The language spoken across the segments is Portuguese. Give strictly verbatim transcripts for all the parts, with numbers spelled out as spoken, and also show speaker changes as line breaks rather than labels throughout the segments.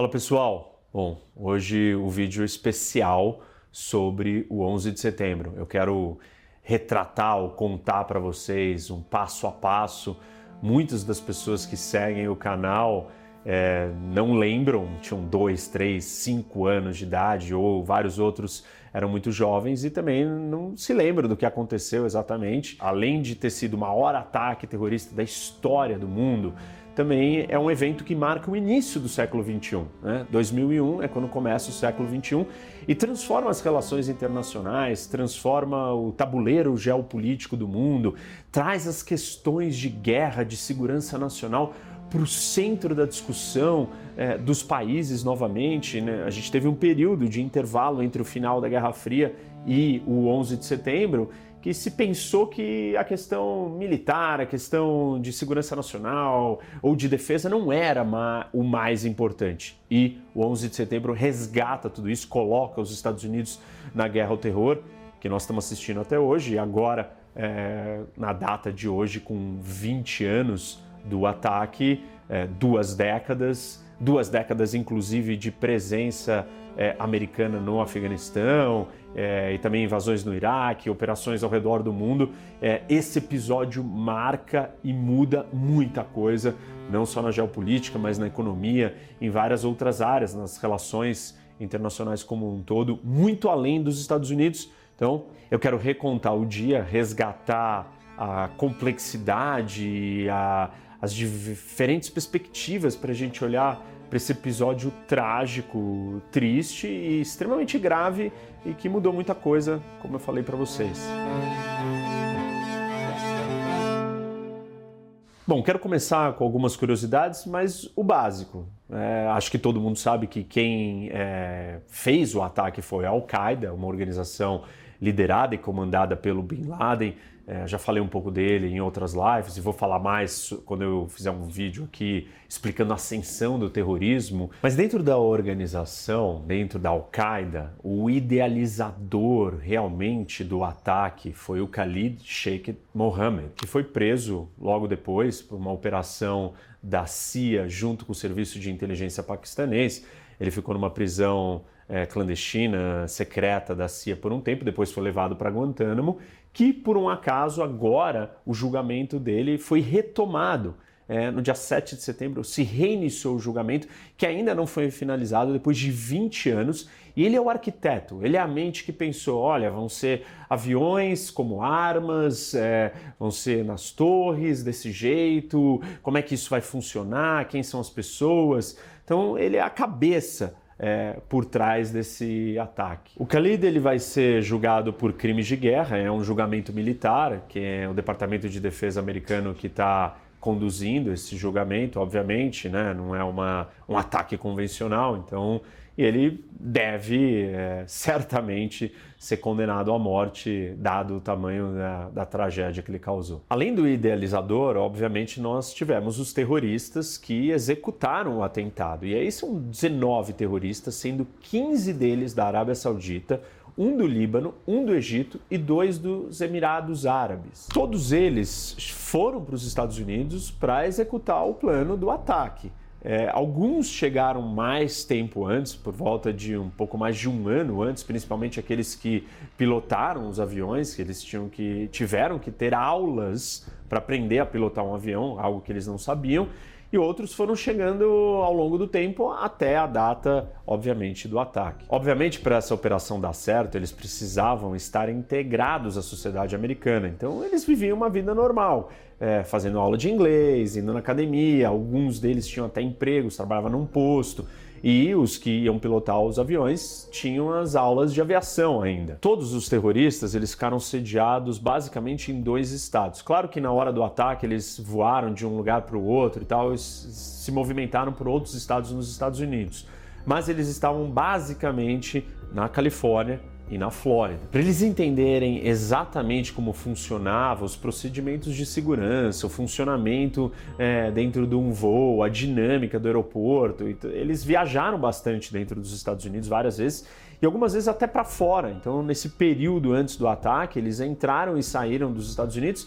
Fala pessoal, bom, hoje o vídeo especial sobre o onze de setembro. Eu quero retratar ou contar para vocês um passo a passo. Muitas das pessoas que seguem o canal é, não lembram, tinham dois, três, cinco anos de idade, ou vários outros eram muito jovens e também não se lembram do que aconteceu exatamente. Além de ter sido o maior ataque terrorista da história do mundo, também é um evento que marca o início do século vinte e um. Né? dois mil e um é quando começa o século vinte e um e transforma as relações internacionais, transforma o tabuleiro geopolítico do mundo, traz as questões de guerra, de segurança nacional para o centro da discussão é, dos países novamente. Né? A gente teve um período de intervalo entre o final da Guerra Fria e o onze de setembro, que se pensou que a questão militar, a questão de segurança nacional ou de defesa não era o mais importante. E o onze de setembro resgata tudo isso, coloca os Estados Unidos na guerra ao terror, que nós estamos assistindo até hoje, e agora, é, na data de hoje, com vinte anos do ataque, é, duas décadas, duas décadas inclusive de presença é, americana no Afeganistão, É, e também invasões no Iraque, operações ao redor do mundo. É, esse episódio marca e muda muita coisa, não só na geopolítica, mas na economia, em várias outras áreas, nas relações internacionais como um todo, muito além dos Estados Unidos. Então, eu quero recontar o dia, resgatar a complexidade, a, as diferentes perspectivas para a gente olhar para esse episódio trágico, triste e extremamente grave e que mudou muita coisa, como eu falei para vocês. Bom, quero começar com algumas curiosidades, mas o básico. É, acho que todo mundo sabe que quem é, fez o ataque foi a Al-Qaeda, uma organização liderada e comandada pelo Bin Laden. É, já falei um pouco dele em outras lives e vou falar mais quando eu fizer um vídeo aqui explicando a ascensão do terrorismo. Mas dentro da organização, dentro da Al-Qaeda, o idealizador realmente do ataque foi o Khalid Sheikh Mohammed, que foi preso logo depois por uma operação da C I A junto com o Serviço de Inteligência paquistanês. Ele ficou numa prisão é, clandestina, secreta da C I A por um tempo, depois foi levado para Guantánamo, que por um acaso agora o julgamento dele foi retomado. É, no dia sete de setembro se reiniciou o julgamento, que ainda não foi finalizado depois de vinte anos, e ele é o arquiteto, ele é a mente que pensou, olha, vão ser aviões como armas, é, vão ser nas torres desse jeito, como é que isso vai funcionar, quem são as pessoas. Então ele é a cabeça É, por trás desse ataque. O Khalid ele vai ser julgado por crimes de guerra, é um julgamento militar, que é o Departamento de Defesa americano que está conduzindo esse julgamento, obviamente, né? Não é uma, um ataque convencional, então ele deve é, certamente ser condenado à morte, dado o tamanho da, da tragédia que ele causou. Além do idealizador, obviamente, nós tivemos os terroristas que executaram o atentado. E aí são dezenove terroristas, sendo quinze deles da Arábia Saudita, um do Líbano, um do Egito e dois dos Emirados Árabes. Todos eles foram para os Estados Unidos para executar o plano do ataque. É, alguns chegaram mais tempo antes, por volta de um pouco mais de um ano antes, principalmente aqueles que pilotaram os aviões, que eles tinham que, tiveram que ter aulas para aprender a pilotar um avião, algo que eles não sabiam, e outros foram chegando ao longo do tempo até a data, obviamente, do ataque. Obviamente, para essa operação dar certo, eles precisavam estar integrados à sociedade americana, então eles viviam uma vida normal, é, fazendo aula de inglês, indo na academia, alguns deles tinham até empregos, trabalhavam num posto, e os que iam pilotar os aviões tinham as aulas de aviação ainda. Todos os terroristas eles ficaram sediados basicamente em dois estados. Claro que na hora do ataque eles voaram de um lugar para o outro e tal, eles se movimentaram por outros estados nos Estados Unidos, mas eles estavam basicamente na Califórnia e na Flórida. Para eles entenderem exatamente como funcionavam os procedimentos de segurança, o funcionamento é, dentro de um voo, a dinâmica do aeroporto, eles viajaram bastante dentro dos Estados Unidos várias vezes e algumas vezes até para fora. Então, nesse período antes do ataque, eles entraram e saíram dos Estados Unidos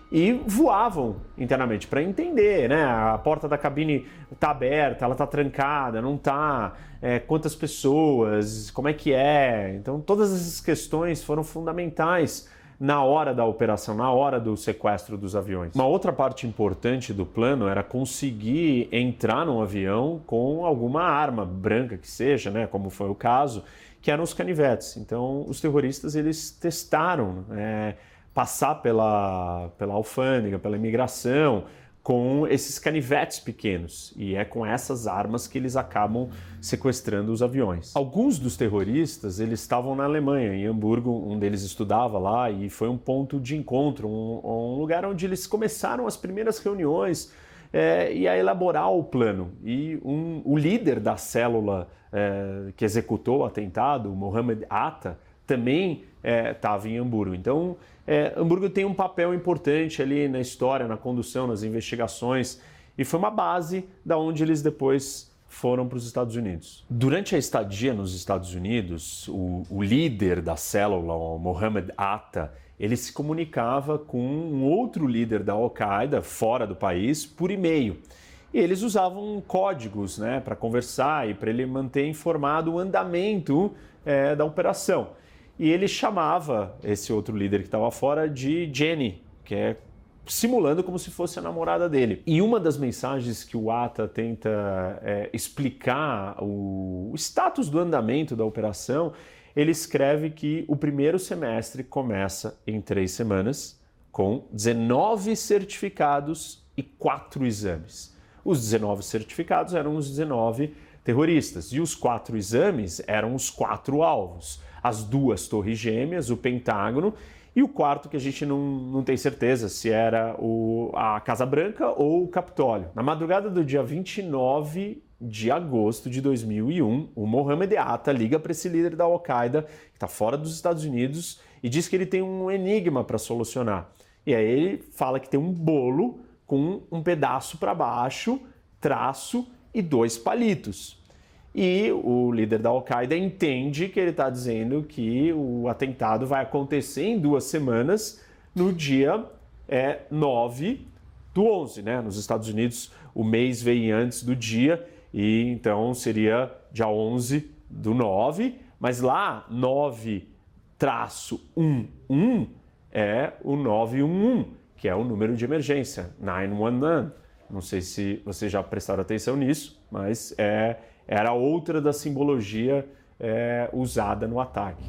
e voavam internamente para entender, né? A porta da cabine está aberta, ela está trancada, não está, é, quantas pessoas, como é que é. Então todas essas questões foram fundamentais na hora da operação, na hora do sequestro dos aviões. Uma outra parte importante do plano era conseguir entrar num avião com alguma arma branca que seja, né, como foi o caso, que eram os canivetes. Então os terroristas eles testaram é, passar pela, pela alfândega, pela imigração, com esses canivetes pequenos, e é com essas armas que eles acabam sequestrando os aviões. Alguns dos terroristas, eles estavam na Alemanha, em Hamburgo, um deles estudava lá, e foi um ponto de encontro, um, um lugar onde eles começaram as primeiras reuniões é, e a elaborar o plano. E um, o líder da célula é, que executou o atentado, o Mohammed Atta, também estava é, em Hamburgo. Então, é, Hamburgo tem um papel importante ali na história, na condução, nas investigações, e foi uma base da onde eles depois foram para os Estados Unidos. Durante a estadia nos Estados Unidos, o, o líder da célula, o Mohammed Atta, ele se comunicava com um outro líder da Al-Qaeda fora do país por e-mail. E eles usavam códigos, né, para conversar e para ele manter informado o andamento é, da operação. E ele chamava esse outro líder que estava fora de Jenny, que é simulando como se fosse a namorada dele. E uma das mensagens que o Atta tenta é, explicar o, o status do andamento da operação, ele escreve que o primeiro semestre começa em três semanas, com dezenove certificados e quatro exames. Os dezenove certificados eram os dezenove terroristas e os quatro exames eram os quatro alvos. As duas torres gêmeas, o Pentágono, e o quarto que a gente não, não tem certeza se era o, a Casa Branca ou o Capitólio. Na madrugada do dia vinte e nove de agosto de dois mil e um, o Mohammed Atta liga para esse líder da Al-Qaeda, que está fora dos Estados Unidos, e diz que ele tem um enigma para solucionar. E aí ele fala que tem um bolo com um pedaço para baixo, traço e dois palitos. E o líder da Al-Qaeda entende que ele está dizendo que o atentado vai acontecer em duas semanas, no dia é, nove do onze, né? Nos Estados Unidos o mês vem antes do dia, e então seria dia onze do nove, mas lá nove traço um um é o nove um um, que é o número de emergência, nove um um. Não sei se vocês já prestaram atenção nisso, mas é... era outra da simbologia é, usada no ataque.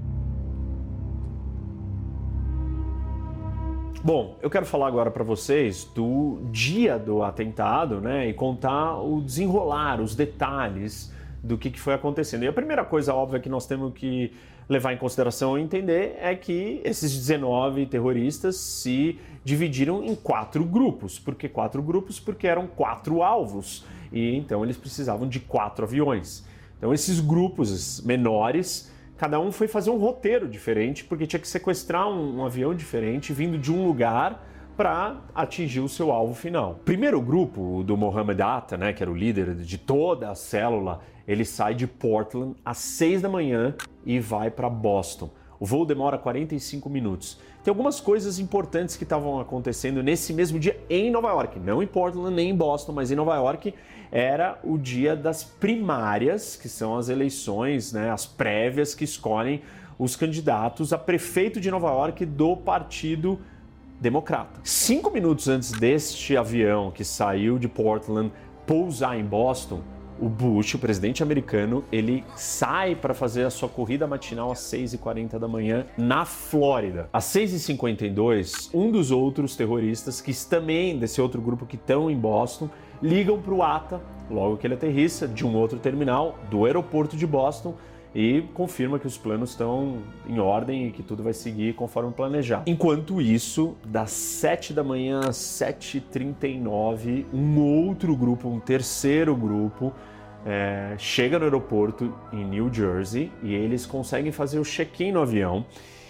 Bom, eu quero falar agora para vocês do dia do atentado, né, e contar o desenrolar, os detalhes do que, que foi acontecendo. E a primeira coisa óbvia que nós temos que levar em consideração e entender é que esses dezenove terroristas se dividiram em quatro grupos. Por que quatro grupos? Porque eram quatro alvos. E então eles precisavam de quatro aviões. Então esses grupos menores, cada um foi fazer um roteiro diferente, porque tinha que sequestrar um, um avião diferente, vindo de um lugar para atingir o seu alvo final. O primeiro grupo, do Mohammed Atta, né, que era o líder de toda a célula, ele sai de Portland às seis da manhã e vai para Boston. O voo demora quarenta e cinco minutos. Tem algumas coisas importantes que estavam acontecendo nesse mesmo dia em Nova York. Não em Portland nem em Boston, mas em Nova York era o dia das primárias, que são as eleições, né, as prévias que escolhem os candidatos a prefeito de Nova York do Partido Democrata. Cinco minutos antes deste avião que saiu de Portland pousar em Boston, o Bush, o presidente americano, ele sai para fazer a sua corrida matinal às seis e quarenta da manhã na Flórida. Às seis e cinquenta e dois, um dos outros terroristas, que também desse outro grupo que estão em Boston, ligam para o Atta, logo que ele aterrissa, de um outro terminal do aeroporto de Boston, e confirma que os planos estão em ordem e que tudo vai seguir conforme planejado. Enquanto isso, das sete da manhã às sete e trinta e nove, um outro grupo, um terceiro grupo, é, chega no aeroporto em New Jersey e eles conseguem fazer o check-in no avião.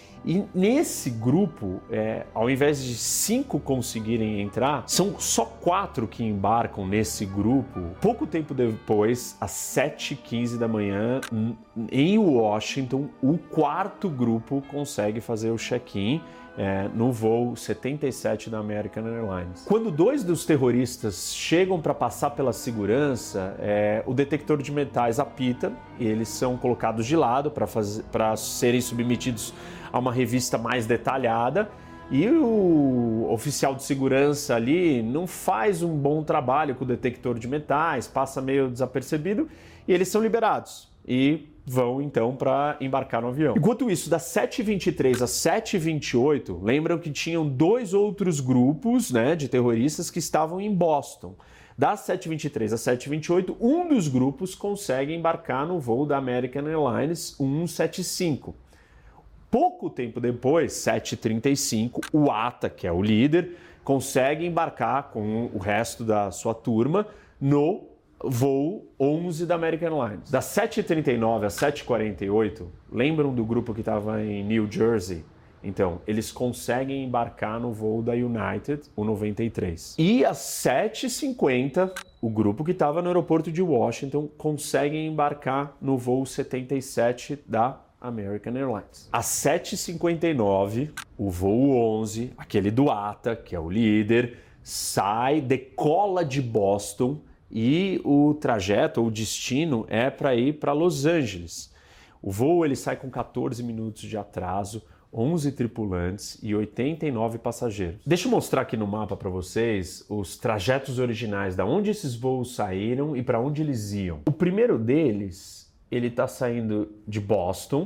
E nesse grupo, é, ao invés de cinco conseguirem entrar, são só quatro que embarcam nesse grupo. Pouco tempo depois, às sete e quinze da manhã, em Washington, o quarto grupo consegue fazer o check-in é, no voo setenta e sete da American Airlines. Quando dois dos terroristas chegam para passar pela segurança, é, o detector de metais apita e eles são colocados de lado para serem submetidos a uma revista mais detalhada. E o oficial de segurança ali não faz um bom trabalho com o detector de metais, passa meio desapercebido e eles são liberados e vão então para embarcar no avião. Enquanto isso, das sete e vinte e três às sete e vinte e oito, lembram que tinham dois outros grupos, né, de terroristas que estavam em Boston. Das sete e vinte e três às sete e vinte e oito, um dos grupos consegue embarcar no voo da American Airlines cento e setenta e cinco. Pouco tempo depois, sete e trinta e cinco, o Atta, que é o líder, consegue embarcar com o resto da sua turma no voo onze da American Airlines. Das sete e trinta e nove às sete e quarenta e oito, lembram do grupo que estava em New Jersey? Então, eles conseguem embarcar no voo da United, o noventa e três. E às sete e cinquenta, o grupo que estava no aeroporto de Washington consegue embarcar no voo setenta e sete da American Airlines. Às sete e cinquenta e nove, o voo onze, aquele do Atta, que é o líder, sai, decola de Boston e o trajeto, ou o destino, é para ir para Los Angeles. O voo ele sai com quatorze minutos de atraso, onze tripulantes e oitenta e nove passageiros. Deixa eu mostrar aqui no mapa para vocês os trajetos originais, da onde esses voos saíram e para onde eles iam. O primeiro deles, ele está saindo de Boston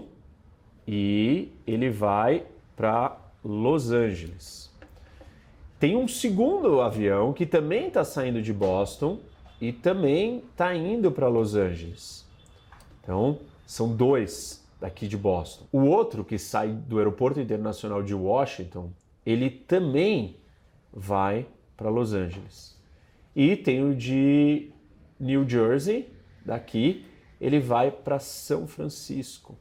e ele vai para Los Angeles. Tem um segundo avião que também está saindo de Boston e também está indo para Los Angeles. Então, são dois daqui de Boston. O outro, que sai do Aeroporto Internacional de Washington, ele também vai para Los Angeles. E tem o de New Jersey, daqui, ele vai para São Francisco.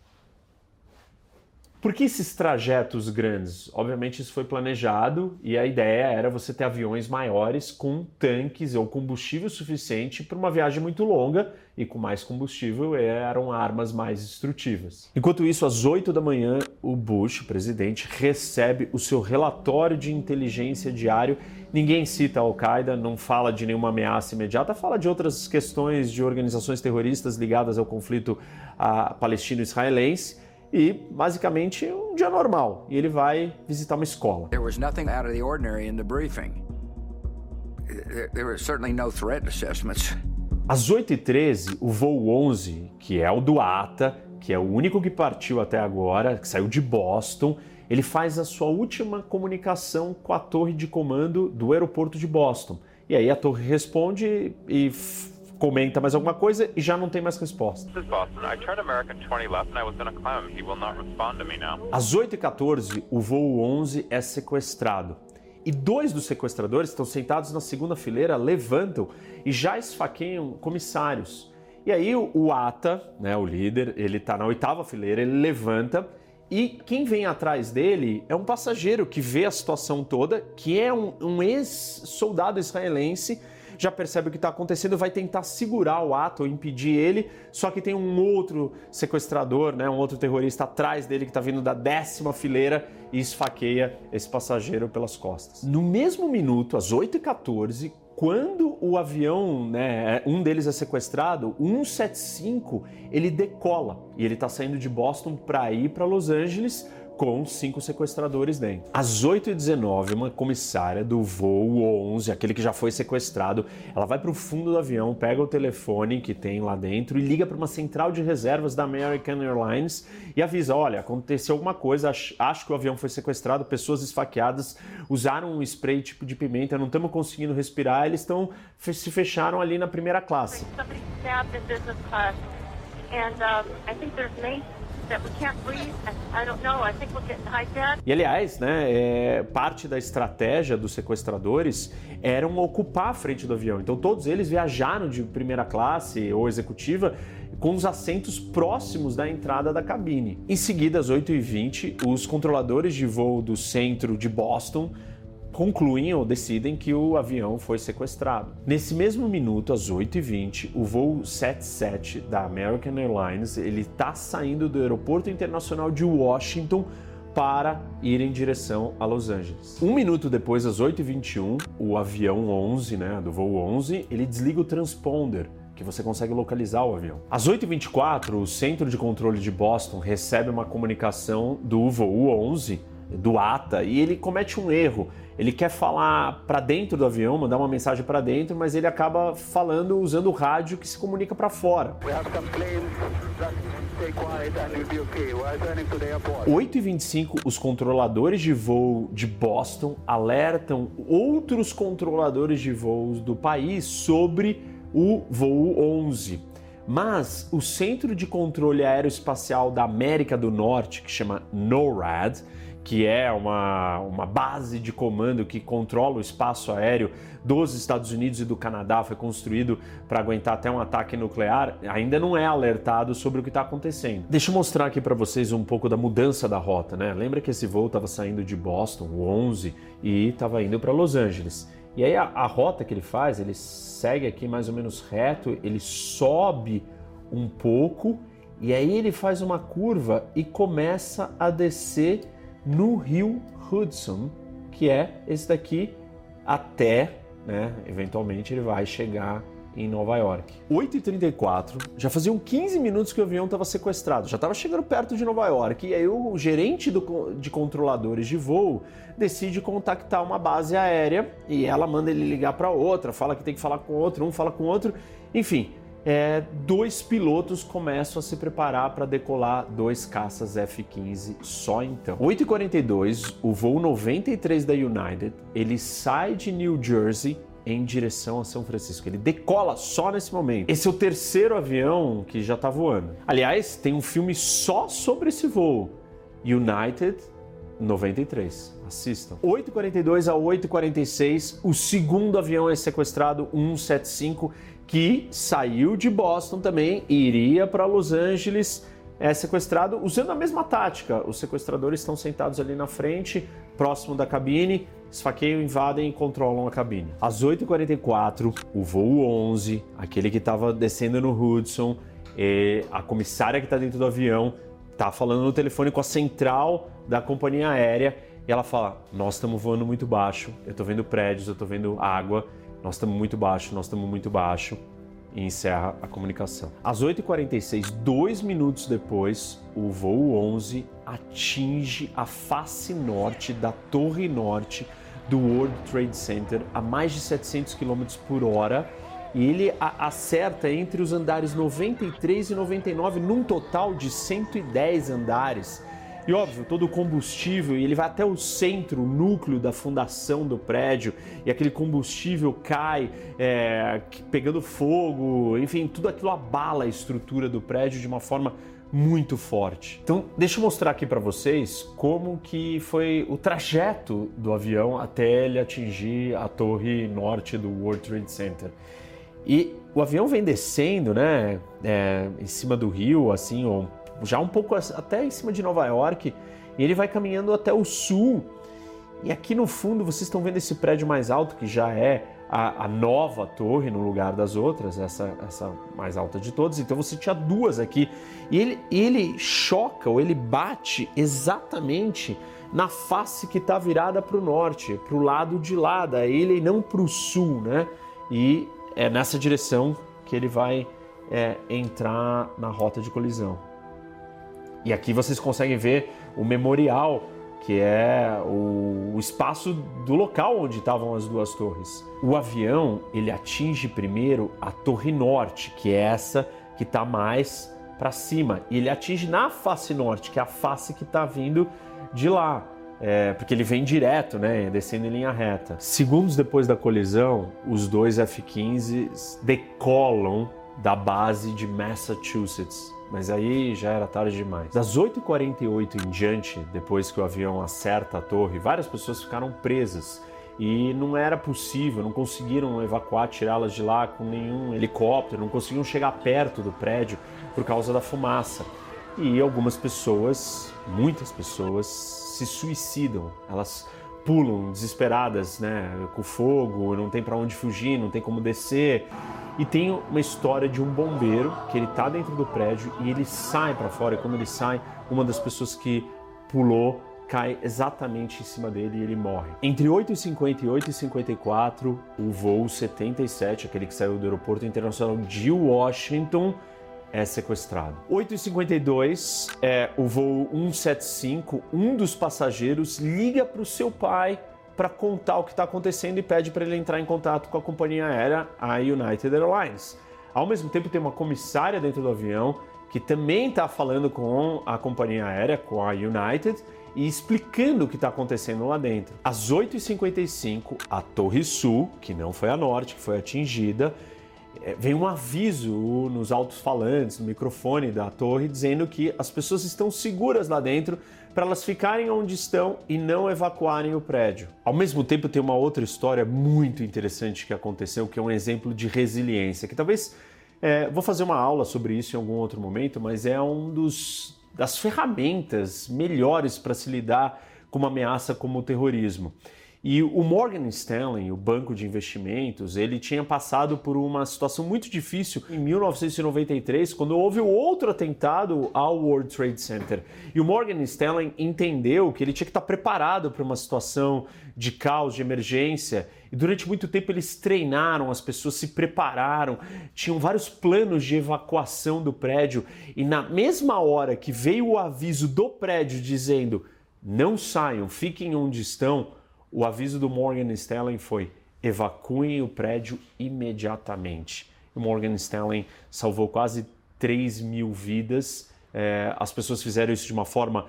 Por que esses trajetos grandes? Obviamente isso foi planejado e a ideia era você ter aviões maiores com tanques ou combustível suficiente para uma viagem muito longa e com mais combustível eram armas mais destrutivas. Enquanto isso, às oito da manhã, o Bush, o presidente, recebe o seu relatório de inteligência diário. Ninguém cita a Al-Qaeda, não fala de nenhuma ameaça imediata, fala de outras questões de organizações terroristas ligadas ao conflito uh, palestino-israelense. E, basicamente, um dia normal. E ele vai visitar uma escola.
There was nothing out of the ordinary in the briefing. There, there were certainly no threat assessments.
Às oito e treze, o voo onze, que é o do Atta, que é o único que partiu até agora, que saiu de Boston, ele faz a sua última comunicação com a torre de comando do aeroporto de Boston. E aí a torre responde e comenta mais alguma coisa e já não tem mais resposta. Às oito e quatorze, o voo onze é sequestrado. E dois dos sequestradores estão sentados na segunda fileira, levantam e já esfaqueiam comissários. E aí o Atta, né, o líder, ele está na oitava fileira, ele levanta e quem vem atrás dele é um passageiro que vê a situação toda, que é um, um ex-soldado israelense, já percebe o que está acontecendo, vai tentar segurar o Atta ou impedir ele, só que tem um outro sequestrador, né, um outro terrorista atrás dele que está vindo da décima fileira e esfaqueia esse passageiro pelas costas. No mesmo minuto, às oito e quatorze, quando o avião, né, um deles é sequestrado, o cento e setenta e cinco, ele decola e ele está saindo de Boston para ir para Los Angeles com cinco sequestradores dentro. Às oito e dezenove, uma comissária do voo onze, aquele que já foi sequestrado, ela vai para o fundo do avião, pega o telefone que tem lá dentro e liga para uma central de reservas da American Airlines e avisa, olha, aconteceu alguma coisa, acho que o avião foi sequestrado, pessoas esfaqueadas, usaram um spray tipo de pimenta, não estamos conseguindo respirar, eles estão se fecharam ali na primeira classe. E aliás, né, é, parte da estratégia dos sequestradores era ocupar a frente do avião. Então todos eles viajaram de primeira classe ou executiva com os assentos próximos da entrada da cabine. Em seguida, às oito e vinte, os controladores de voo do centro de Boston concluem ou decidem que o avião foi sequestrado. Nesse mesmo minuto, às oito e vinte, o voo setenta e sete da American Airlines, ele está saindo do Aeroporto Internacional de Washington para ir em direção a Los Angeles. Um minuto depois, às oito e vinte e um, o avião onze, né, do voo onze, ele desliga o transponder, que você consegue localizar o avião. Às oito e vinte e quatro, o Centro de Controle de Boston recebe uma comunicação do voo onze, do A T A, e ele comete um erro. Ele quer falar para dentro do avião, mandar uma mensagem para dentro, mas ele acaba falando usando o rádio que se comunica para fora. oito e vinte e cinco, os controladores de voo de Boston alertam outros controladores de voos do país sobre o voo onze. Mas o Centro de Controle Aeroespacial da América do Norte, que chama NORAD, que é uma, uma base de comando que controla o espaço aéreo dos Estados Unidos e do Canadá, foi construído para aguentar até um ataque nuclear, ainda não é alertado sobre o que está acontecendo. Deixa eu mostrar aqui para vocês um pouco da mudança da rota, né? Lembra que esse voo estava saindo de Boston, o onze, e estava indo para Los Angeles. E aí a, a rota que ele faz, ele segue aqui mais ou menos reto, ele sobe um pouco, e aí ele faz uma curva e começa a descer no rio Hudson, que é esse daqui, até, né, eventualmente ele vai chegar em Nova York. oito e trinta e quatro, já faziam quinze minutos que o avião estava sequestrado, já estava chegando perto de Nova York, e aí o gerente do, de controladores de voo decide contactar uma base aérea, e ela manda ele ligar para outra, fala que tem que falar com outro, um fala com outro, enfim. É, dois pilotos começam a se preparar para decolar dois caças F quinze só então. oito e quarenta e dois, o voo noventa e três da United, ele sai de New Jersey em direção a São Francisco. Ele decola só nesse momento. Esse é o terceiro avião que já está voando. Aliás, tem um filme só sobre esse voo. United noventa e três. Assistam. oito e quarenta e dois a oito e quarenta e seis, o segundo avião é sequestrado, um setenta e cinco, que saiu de Boston também, iria para Los Angeles, é sequestrado usando a mesma tática. Os sequestradores estão sentados ali na frente, próximo da cabine, esfaqueiam, invadem e controlam a cabine. Às oito e quarenta e quatro, o voo onze, aquele que estava descendo no Hudson, a comissária que está dentro do avião está falando no telefone com a central da companhia aérea e ela fala: nós estamos voando muito baixo, eu estou vendo prédios, eu estou vendo água, nós estamos muito baixo, nós estamos muito baixo, e encerra a comunicação. Às oito e quarenta e seis, dois minutos depois, o voo onze atinge a face norte da torre norte do World Trade Center a mais de setecentos quilômetros por hora, e ele a- acerta entre os andares noventa e três e noventa e nove, num total de cento e dez andares. E óbvio, todo o combustível, e ele vai até o centro, o núcleo da fundação do prédio, e aquele combustível cai, é, pegando fogo, enfim, tudo aquilo abala a estrutura do prédio de uma forma muito forte. Então, deixa eu mostrar aqui para vocês como que foi o trajeto do avião até ele atingir a torre norte do World Trade Center. E o avião vem descendo, né, é, em cima do rio, assim, ou já um pouco até em cima de Nova York, e ele vai caminhando até o sul. E aqui no fundo vocês estão vendo esse prédio mais alto, que já é a, a nova torre no lugar das outras, essa, essa mais alta de todas. Então você tinha duas aqui. E ele, ele choca, ou ele bate exatamente na face que está virada para o norte, para o lado de lá da ilha e não para o sul, né? E é nessa direção que ele vai é, entrar na rota de colisão. E aqui vocês conseguem ver o memorial, que é o, o espaço do local onde estavam as duas torres. O avião, ele atinge primeiro a torre norte, que é essa que está mais para cima. E ele atinge na face norte, que é a face que está vindo de lá. É, porque ele vem direto, né, descendo em linha reta. Segundos depois da colisão, os dois F quinze decolam da base de Massachusetts. Mas aí já era tarde demais. Das oito e quarenta e oito em diante, depois que o avião acerta a torre, várias pessoas ficaram presas e não era possível, não conseguiram evacuar, tirá-las de lá com nenhum helicóptero, não conseguiam chegar perto do prédio por causa da fumaça. E algumas pessoas, muitas pessoas, se suicidam. Elas pulam desesperadas, né, com fogo, não tem para onde fugir, não tem como descer. E tem uma história de um bombeiro que ele está dentro do prédio e ele sai para fora, e quando ele sai, uma das pessoas que pulou cai exatamente em cima dele e ele morre. Entre oito e cinquenta e oito e cinquenta e quatro, o voo setenta e sete, aquele que saiu do aeroporto internacional de Washington, é sequestrado. oito e cinquenta e dois, é, o voo cento e setenta e cinco, um dos passageiros liga para o seu pai para contar o que está acontecendo e pede para ele entrar em contato com a companhia aérea, a United Airlines. Ao mesmo tempo, tem uma comissária dentro do avião que também está falando com a companhia aérea, com a United, e explicando o que está acontecendo lá dentro. Às oito e cinquenta e cinco, a Torre Sul, que não foi a Norte, que foi atingida, vem um aviso nos alto-falantes, no microfone da torre, dizendo que as pessoas estão seguras lá dentro para elas ficarem onde estão e não evacuarem o prédio. Ao mesmo tempo, tem uma outra história muito interessante que aconteceu, que é um exemplo de resiliência, que talvez, é, vou fazer uma aula sobre isso em algum outro momento, mas é um dos das ferramentas melhores para se lidar com uma ameaça como o terrorismo. E o Morgan Stanley, o banco de investimentos, ele tinha passado por uma situação muito difícil em mil novecentos e noventa e três, quando houve outro atentado ao World Trade Center. E o Morgan Stanley entendeu que ele tinha que estar preparado para uma situação de caos, de emergência. E durante muito tempo eles treinaram, as pessoas se prepararam, tinham vários planos de evacuação do prédio. E na mesma hora que veio o aviso do prédio dizendo não saiam, fiquem onde estão, o aviso do Morgan Stanley foi: evacuem o prédio imediatamente. O Morgan Stanley salvou quase três mil vidas. É, as pessoas fizeram isso de uma forma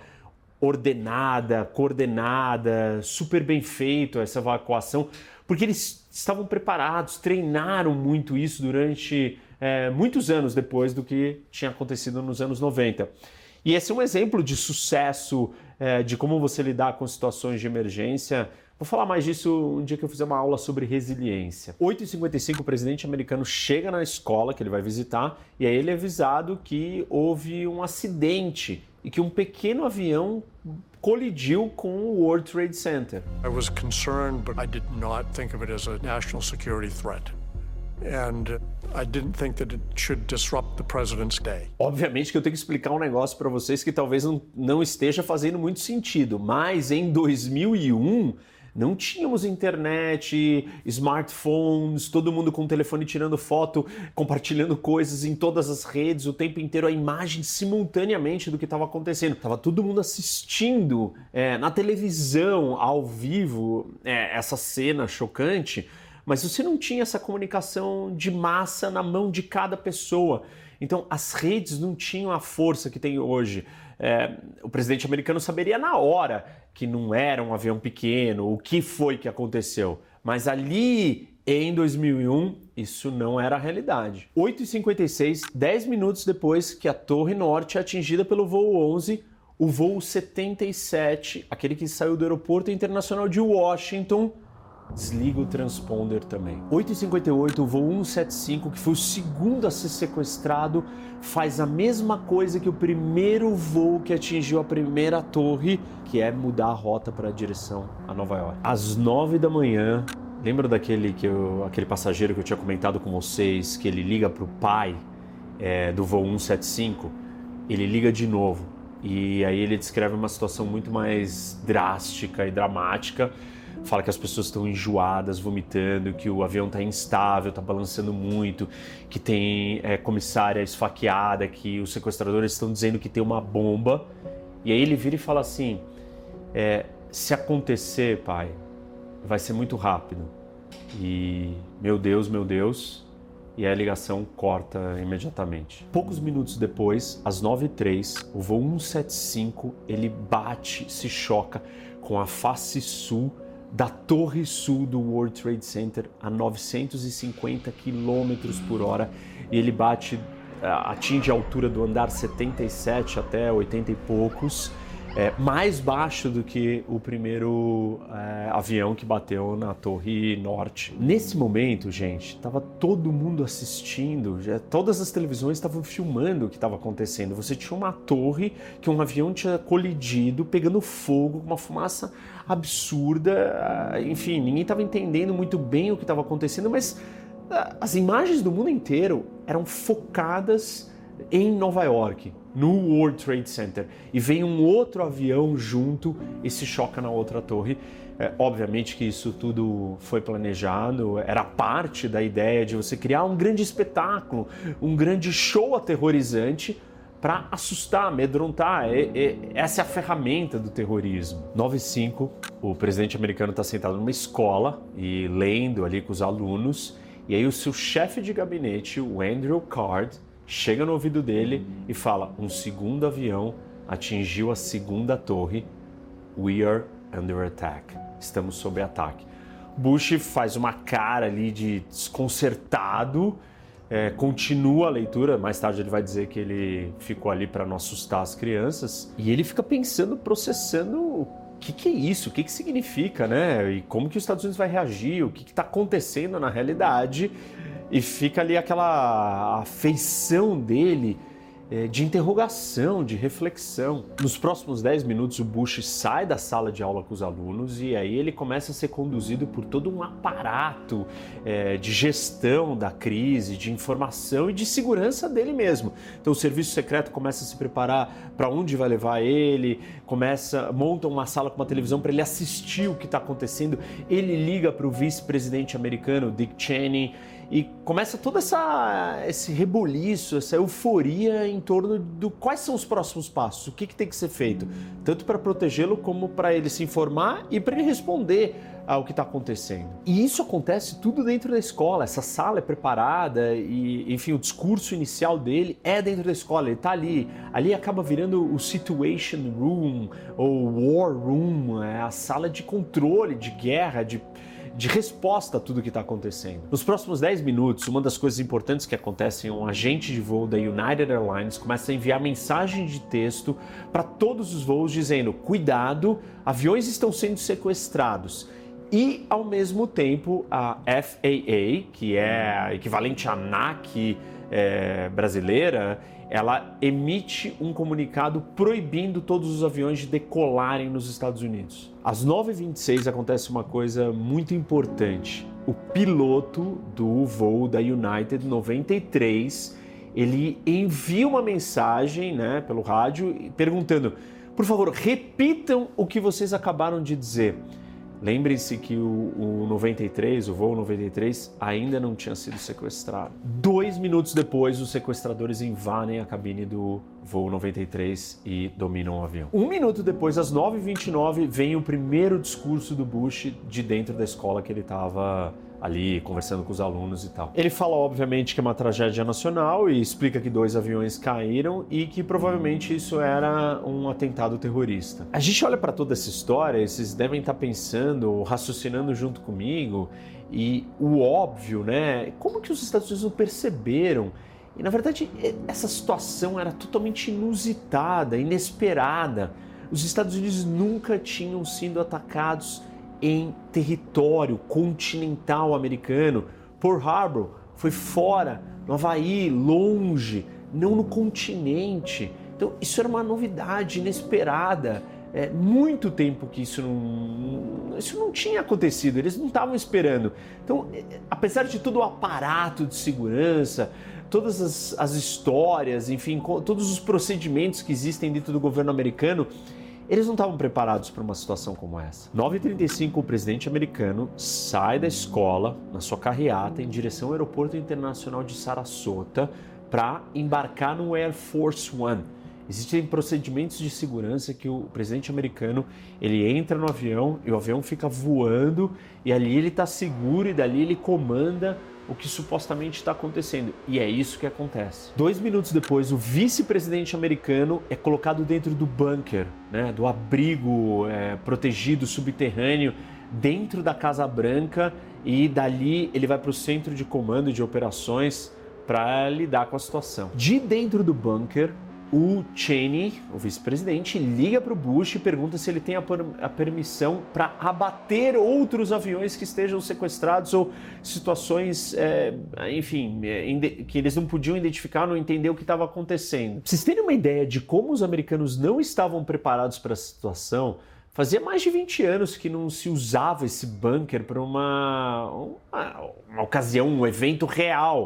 ordenada, coordenada, super bem feito, essa evacuação, porque eles estavam preparados, treinaram muito isso durante é, muitos anos depois do que tinha acontecido nos anos noventa. E esse é um exemplo de sucesso, é, de como você lidar com situações de emergência. Vou falar mais disso um dia que eu fizer uma aula sobre resiliência. oito e cinquenta e cinco, o presidente americano chega na escola que ele vai visitar e aí ele é avisado que houve um acidente e que um pequeno avião colidiu com o World Trade Center.
I was concerned, but I did not think of it as a national security threat. And I didn't think that it should disrupt the president's day.
Obviamente que eu tenho que explicar um negócio para vocês que talvez não, não esteja fazendo muito sentido, mas em dois mil e um não tínhamos internet, smartphones, todo mundo com o telefone tirando foto, compartilhando coisas em todas as redes, o tempo inteiro a imagem simultaneamente do que estava acontecendo. Tava todo mundo assistindo é, na televisão, ao vivo, é, essa cena chocante, mas você não tinha essa comunicação de massa na mão de cada pessoa. Então as redes não tinham a força que tem hoje. É, o presidente americano saberia na hora que não era um avião pequeno, o que foi que aconteceu. Mas ali em dois mil e um, isso não era a realidade. oito e cinquenta e seis, dez minutos depois que a Torre Norte é atingida pelo voo onze, o voo setenta e sete, aquele que saiu do aeroporto internacional de Washington, desliga o transponder também. oito e cinquenta e oito, o voo cento e setenta e cinco, que foi o segundo a ser sequestrado, faz a mesma coisa que o primeiro voo que atingiu a primeira torre, que é mudar a rota para a direção a Nova York. Às nove da manhã, lembra daquele que eu, aquele passageiro que eu tinha comentado com vocês, que ele liga para o pai é, do voo cento e setenta e cinco? Ele liga de novo, e aí ele descreve uma situação muito mais drástica e dramática. Fala que as pessoas estão enjoadas, vomitando, que o avião está instável, está balançando muito, que tem é, comissária esfaqueada, que os sequestradores estão dizendo que tem uma bomba. E aí ele vira e fala assim, é, se acontecer, pai, vai ser muito rápido. E meu Deus, meu Deus, e a ligação corta imediatamente. Poucos minutos depois, às nove e três, o voo cento e setenta e cinco, ele bate, se choca com a face sul da Torre Sul do World Trade Center a novecentos e cinquenta quilômetros por hora e ele bate, atinge a altura do andar setenta e sete até oitenta e poucos, é, mais baixo do que o primeiro é, avião que bateu na Torre Norte. Nesse momento, gente, estava todo mundo assistindo, já, todas as televisões estavam filmando o que estava acontecendo. Você tinha uma torre que um avião tinha colidido, pegando fogo, com uma fumaça absurda, enfim, ninguém estava entendendo muito bem o que estava acontecendo, mas as imagens do mundo inteiro eram focadas em Nova York, no World Trade Center, e vem um outro avião junto e se choca na outra torre. É, obviamente que isso tudo foi planejado, era parte da ideia de você criar um grande espetáculo, um grande show aterrorizante para assustar, amedrontar. É, é, essa é a ferramenta do terrorismo. nove e cinco, o presidente americano está sentado numa escola e lendo ali com os alunos, e aí o seu chefe de gabinete, o Andrew Card, chega no ouvido dele e fala: um segundo avião atingiu a segunda torre. We are under attack. Estamos sob ataque. Bush faz uma cara ali de desconcertado, é, continua a leitura. Mais tarde ele vai dizer que ele ficou ali para não assustar as crianças. E ele fica pensando, processando o que, que é isso, o que, que significa, né? E como que os Estados Unidos vai reagir, o que está acontecendo na realidade. E fica ali aquela afeição dele é, de interrogação, de reflexão. Nos próximos dez minutos, o Bush sai da sala de aula com os alunos e aí ele começa a ser conduzido por todo um aparato é, de gestão da crise, de informação e de segurança dele mesmo. Então o serviço secreto começa a se preparar para onde vai levar ele, começa, monta uma sala com uma televisão para ele assistir o que está acontecendo. Ele liga para o vice-presidente americano, Dick Cheney, e começa todo essa, esse reboliço, essa euforia em torno do quais são os próximos passos, o que, que tem que ser feito, tanto para protegê-lo como para ele se informar e para ele responder ao que está acontecendo. E isso acontece tudo dentro da escola, essa sala é preparada e, enfim, o discurso inicial dele é dentro da escola, ele está ali, ali acaba virando o Situation Room ou War Room, é a sala de controle, de guerra, de de resposta a tudo que está acontecendo. Nos próximos dez minutos, uma das coisas importantes que acontecem é um agente de voo da United Airlines começa a enviar mensagem de texto para todos os voos dizendo: cuidado, aviões estão sendo sequestrados. E, ao mesmo tempo, a F A A, que é a equivalente à ANAC é, brasileira, ela emite um comunicado proibindo todos os aviões de decolarem nos Estados Unidos. Às nove e vinte e seis acontece uma coisa muito importante. O piloto do voo da United noventa e três, ele envia uma mensagem, né, pelo rádio perguntando: por favor, repitam o que vocês acabaram de dizer. Lembrem-se que o, o noventa e três, o voo noventa e três, ainda não tinha sido sequestrado. Dois minutos depois, os sequestradores invadem a cabine do voo noventa e três e dominam o avião. Um minuto depois, às nove e vinte e nove, vem o primeiro discurso do Bush de dentro da escola que ele estava ali conversando com os alunos e tal. Ele fala, obviamente, que é uma tragédia nacional e explica que dois aviões caíram e que provavelmente isso era um atentado terrorista. A gente olha para toda essa história, vocês devem estar pensando, raciocinando junto comigo, e o óbvio, né? Como que os Estados Unidos não perceberam? E, na verdade, essa situação era totalmente inusitada, inesperada. Os Estados Unidos nunca tinham sido atacados em território continental americano. Pearl Harbor foi fora, no Havaí, longe, não no continente. Então isso era uma novidade inesperada. É muito tempo que isso não, isso não tinha acontecido, eles não estavam esperando. Então, apesar de todo o aparato de segurança, todas as, as histórias, enfim, todos os procedimentos que existem dentro do governo americano, eles não estavam preparados para uma situação como essa. nove e trinta e cinco, o presidente americano sai da escola, na sua carreata, em direção ao aeroporto internacional de Sarasota para embarcar no Air Force One. Existem procedimentos de segurança que o presidente americano, ele entra no avião e o avião fica voando e ali ele está seguro e dali ele comanda o que supostamente está acontecendo. E é isso que acontece. Dois minutos depois, o vice-presidente americano é colocado dentro do bunker, né, do abrigo é, protegido subterrâneo dentro da Casa Branca, e dali ele vai para o centro de comando de operações para lidar com a situação. De dentro do bunker, o Cheney, o vice-presidente, liga para o Bush e pergunta se ele tem a, per a permissão para abater outros aviões que estejam sequestrados ou situações, é, enfim, é, que eles não podiam identificar, não entender o que estava acontecendo. Pra vocês terem uma ideia de como os americanos não estavam preparados para a situação, fazia mais de vinte anos que não se usava esse bunker para uma, uma, uma ocasião, um evento real.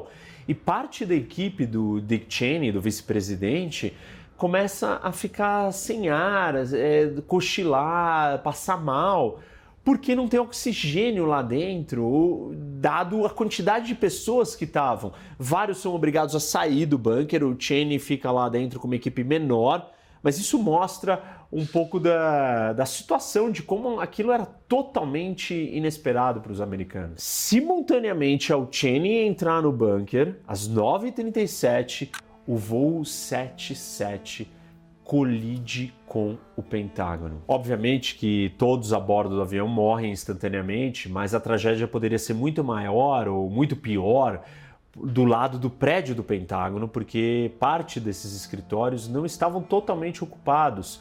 E parte da equipe do Dick Cheney, do vice-presidente, começa a ficar sem ar, é, cochilar, passar mal, porque não tem oxigênio lá dentro, dado a quantidade de pessoas que estavam. Vários são obrigados a sair do bunker, o Cheney fica lá dentro com uma equipe menor, mas isso mostra um pouco da, da situação, de como aquilo era totalmente inesperado para os americanos. Simultaneamente ao Cheney entrar no bunker, às nove e trinta e sete, o voo setenta e sete colide com o Pentágono. Obviamente que todos a bordo do avião morrem instantaneamente, mas a tragédia poderia ser muito maior ou muito pior do lado do prédio do Pentágono, porque parte desses escritórios não estavam totalmente ocupados.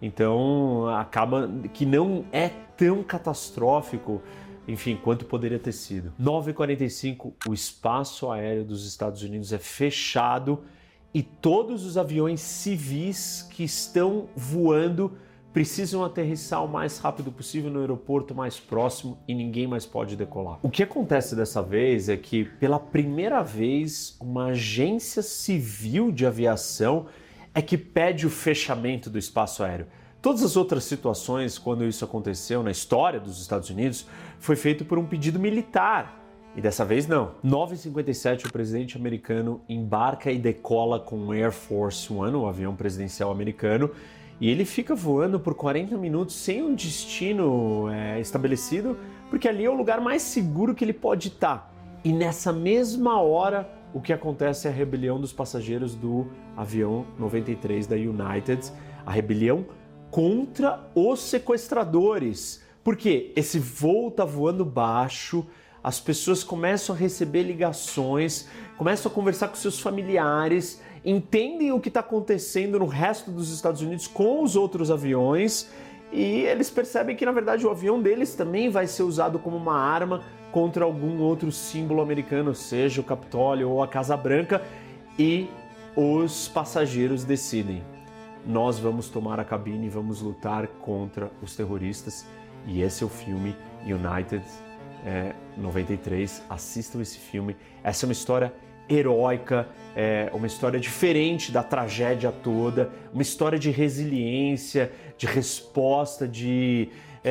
Então acaba que não é tão catastrófico, enfim, quanto poderia ter sido. nove e quarenta e cinco, o espaço aéreo dos Estados Unidos é fechado e todos os aviões civis que estão voando precisam aterrissar o mais rápido possível no aeroporto mais próximo e ninguém mais pode decolar. O que acontece dessa vez é que, pela primeira vez, uma agência civil de aviação é que pede o fechamento do espaço aéreo. Todas as outras situações, quando isso aconteceu na história dos Estados Unidos, foi feito por um pedido militar. E dessa vez não. nove e cinquenta e sete, o presidente americano embarca e decola com o Air Force One, o avião presidencial americano, e ele fica voando por quarenta minutos sem um destino é, estabelecido, porque ali é o lugar mais seguro que ele pode estar. E nessa mesma hora, o que acontece é a rebelião dos passageiros do avião noventa e três da United, a rebelião contra os sequestradores. Porque esse voo está voando baixo, as pessoas começam a receber ligações, começam a conversar com seus familiares, entendem o que está acontecendo no resto dos Estados Unidos com os outros aviões e eles percebem que, na verdade, o avião deles também vai ser usado como uma arma contra algum outro símbolo americano, seja o Capitólio ou a Casa Branca, e os passageiros decidem: nós vamos tomar a cabine e vamos lutar contra os terroristas. E esse é o filme United é, noventa e três. Assistam esse filme. Essa é uma história heróica, é uma história diferente da tragédia toda, uma história de resiliência, de resposta, de,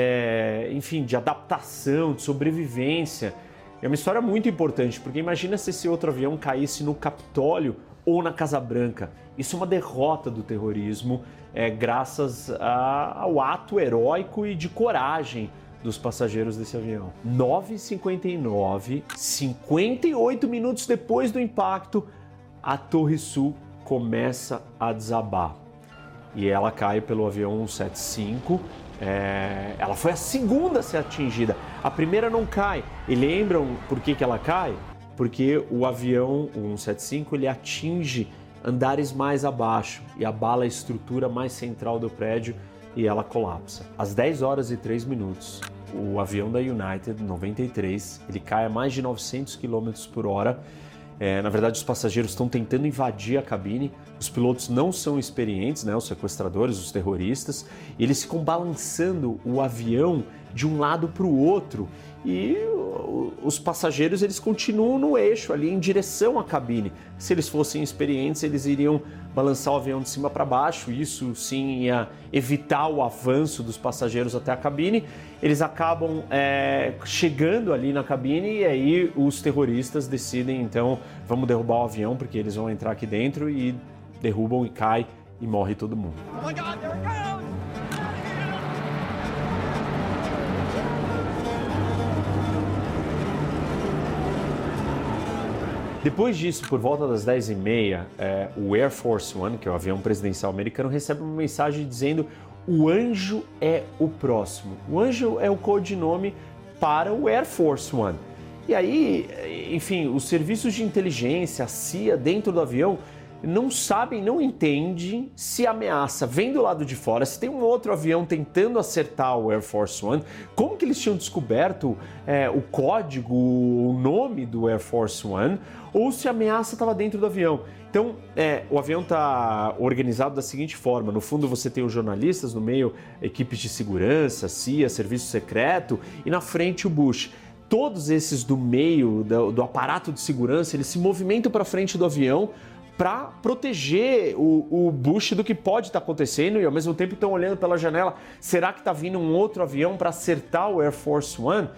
é, enfim, de adaptação, de sobrevivência. É uma história muito importante, porque imagina se esse outro avião caísse no Capitólio ou na Casa Branca. Isso é uma derrota do terrorismo, é, graças a, ao ato heróico e de coragem dos passageiros desse avião. nove e cinquenta e nove, cinquenta e oito minutos depois do impacto, a Torre Sul começa a desabar. E ela cai pelo avião cento e setenta e cinco. É... Ela foi a segunda a ser atingida. A primeira não cai. E lembram por que, que ela cai? Porque o avião, o cento e setenta e cinco, ele atinge andares mais abaixo e abala a estrutura mais central do prédio e ela colapsa. Às dez horas e três minutos, o avião da United noventa e três, ele cai a mais de novecentos quilômetros por hora. É, na verdade, os passageiros estão tentando invadir a cabine, os pilotos não são experientes, né, os sequestradores, os terroristas, e eles ficam balançando o avião de um lado para o outro e os passageiros eles continuam no eixo ali em direção à cabine. Se eles fossem experientes, eles iriam balançar o avião de cima para baixo, isso sim ia evitar o avanço dos passageiros até a cabine. Eles acabam é, chegando ali na cabine e aí os terroristas decidem, então, vamos derrubar o avião porque eles vão entrar aqui dentro, e derrubam e cai e morre todo mundo. Oh my God, there it goes! Depois disso, por volta das dez e meia, é, o Air Force One, que é o avião presidencial americano, recebe uma mensagem dizendo: o anjo é o próximo. O anjo é o codinome para o Air Force One. E aí, enfim, os serviços de inteligência, a C I A, dentro do avião, não sabem, não entendem se a ameaça vem do lado de fora, se tem um outro avião tentando acertar o Air Force One, como que eles tinham descoberto é, o código, o nome do Air Force One, ou se a ameaça estava dentro do avião. Então, é, o avião está organizado da seguinte forma: no fundo você tem os jornalistas, no meio equipes de segurança, C I A, serviço secreto, e na frente o Bush. todos esses do meio, do, do aparato de segurança, eles se movimentam para frente do avião para proteger o, o Bush do que pode estar acontecendo e ao mesmo tempo estão olhando pela janela, será que está vindo um outro avião para acertar o Air Force One?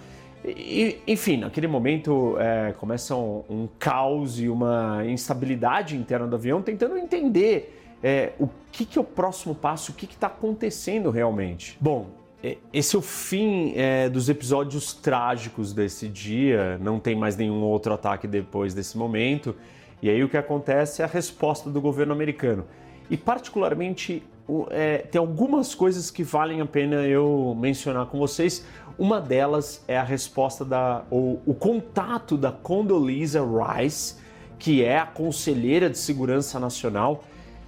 E, enfim, naquele momento é, começa um, um caos e uma instabilidade interna do avião, tentando entender é, o que, que é o próximo passo, o que está acontecendo realmente. Bom, esse é o fim é, dos episódios trágicos desse dia, não tem mais nenhum outro ataque depois desse momento. E aí o que acontece é a resposta do governo americano. E particularmente é, tem algumas coisas que valem a pena eu mencionar com vocês. Uma delas é a resposta, da, ou o contato da Condoleezza Rice, que é a conselheira de segurança nacional,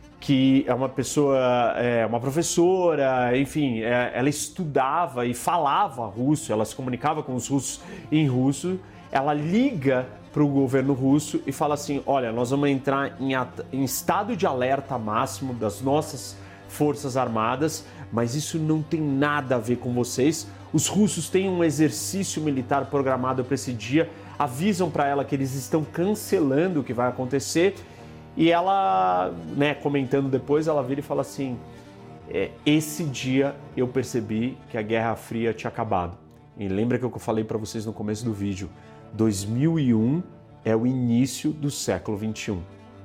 que é uma pessoa, é uma professora, enfim, é, ela estudava e falava russo, ela se comunicava com os russos em russo, ela liga para o governo russo e fala assim, olha, nós vamos entrar em, em estado de alerta máximo das nossas forças armadas, mas isso não tem nada a ver com vocês. Os russos têm um exercício militar programado para esse dia, avisam para ela que eles estão cancelando o que vai acontecer e ela, né, comentando depois, ela vira e fala assim, é, esse dia eu percebi que a Guerra Fria tinha acabado. E lembra que eu falei para vocês no começo do vídeo, dois mil e um é o início do século vinte e um.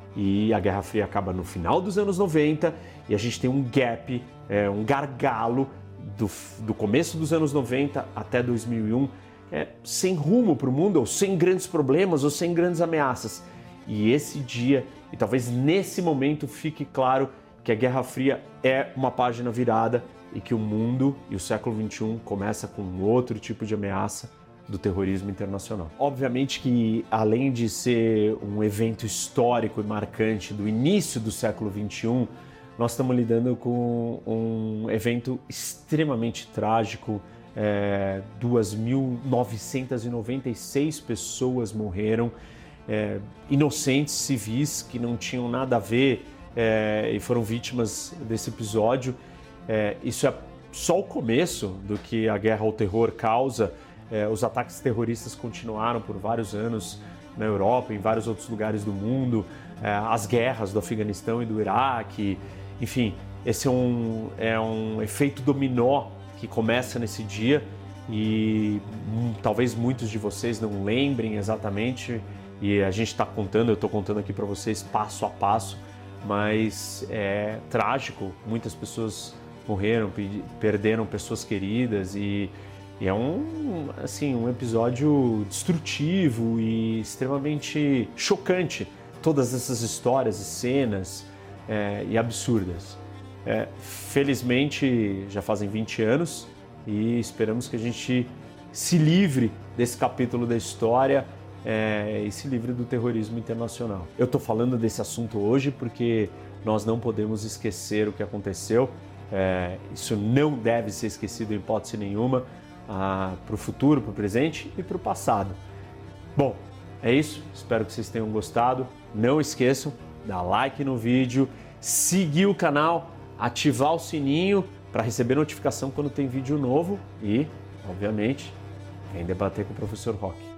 E a Guerra Fria acaba no final dos anos noventa e a gente tem um gap, é, um gargalo do, do começo dos anos noventa até dois mil e um, é, sem rumo para o mundo, ou sem grandes problemas, ou sem grandes ameaças. E esse dia, e talvez nesse momento fique claro que a Guerra Fria é uma página virada e que o mundo e o século vinte e um começa com outro tipo de ameaça do terrorismo internacional. Obviamente que, além de ser um evento histórico e marcante do início do século vinte e um, nós estamos lidando com um evento extremamente trágico. É, duas mil novecentas e noventa e seis pessoas morreram, é, inocentes civis que não tinham nada a ver é, e foram vítimas desse episódio. É, isso é só o começo do que a guerra ao terror causa. É, os ataques terroristas continuaram por vários anos na Europa, em vários outros lugares do mundo, é, as guerras do Afeganistão e do Iraque, enfim, esse é um, é um efeito dominó que começa nesse dia e hum, talvez muitos de vocês não lembrem exatamente e a gente está contando, eu estou contando aqui para vocês passo a passo, mas é trágico, muitas pessoas morreram, perderam pessoas queridas e E é um, assim, um episódio destrutivo e extremamente chocante. Todas essas histórias e cenas é, e absurdas. É, felizmente já fazem vinte anos e esperamos que a gente se livre desse capítulo da história é, e se livre do terrorismo internacional. Eu estou falando desse assunto hoje porque nós não podemos esquecer o que aconteceu. É, isso não deve ser esquecido em hipótese nenhuma. Ah, para o futuro, para o presente e para o passado. Bom, é isso. Espero que vocês tenham gostado. Não esqueçam, dar like no vídeo, seguir o canal, ativar o sininho para receber notificação quando tem vídeo novo e, obviamente, vem debater com o professor Roque.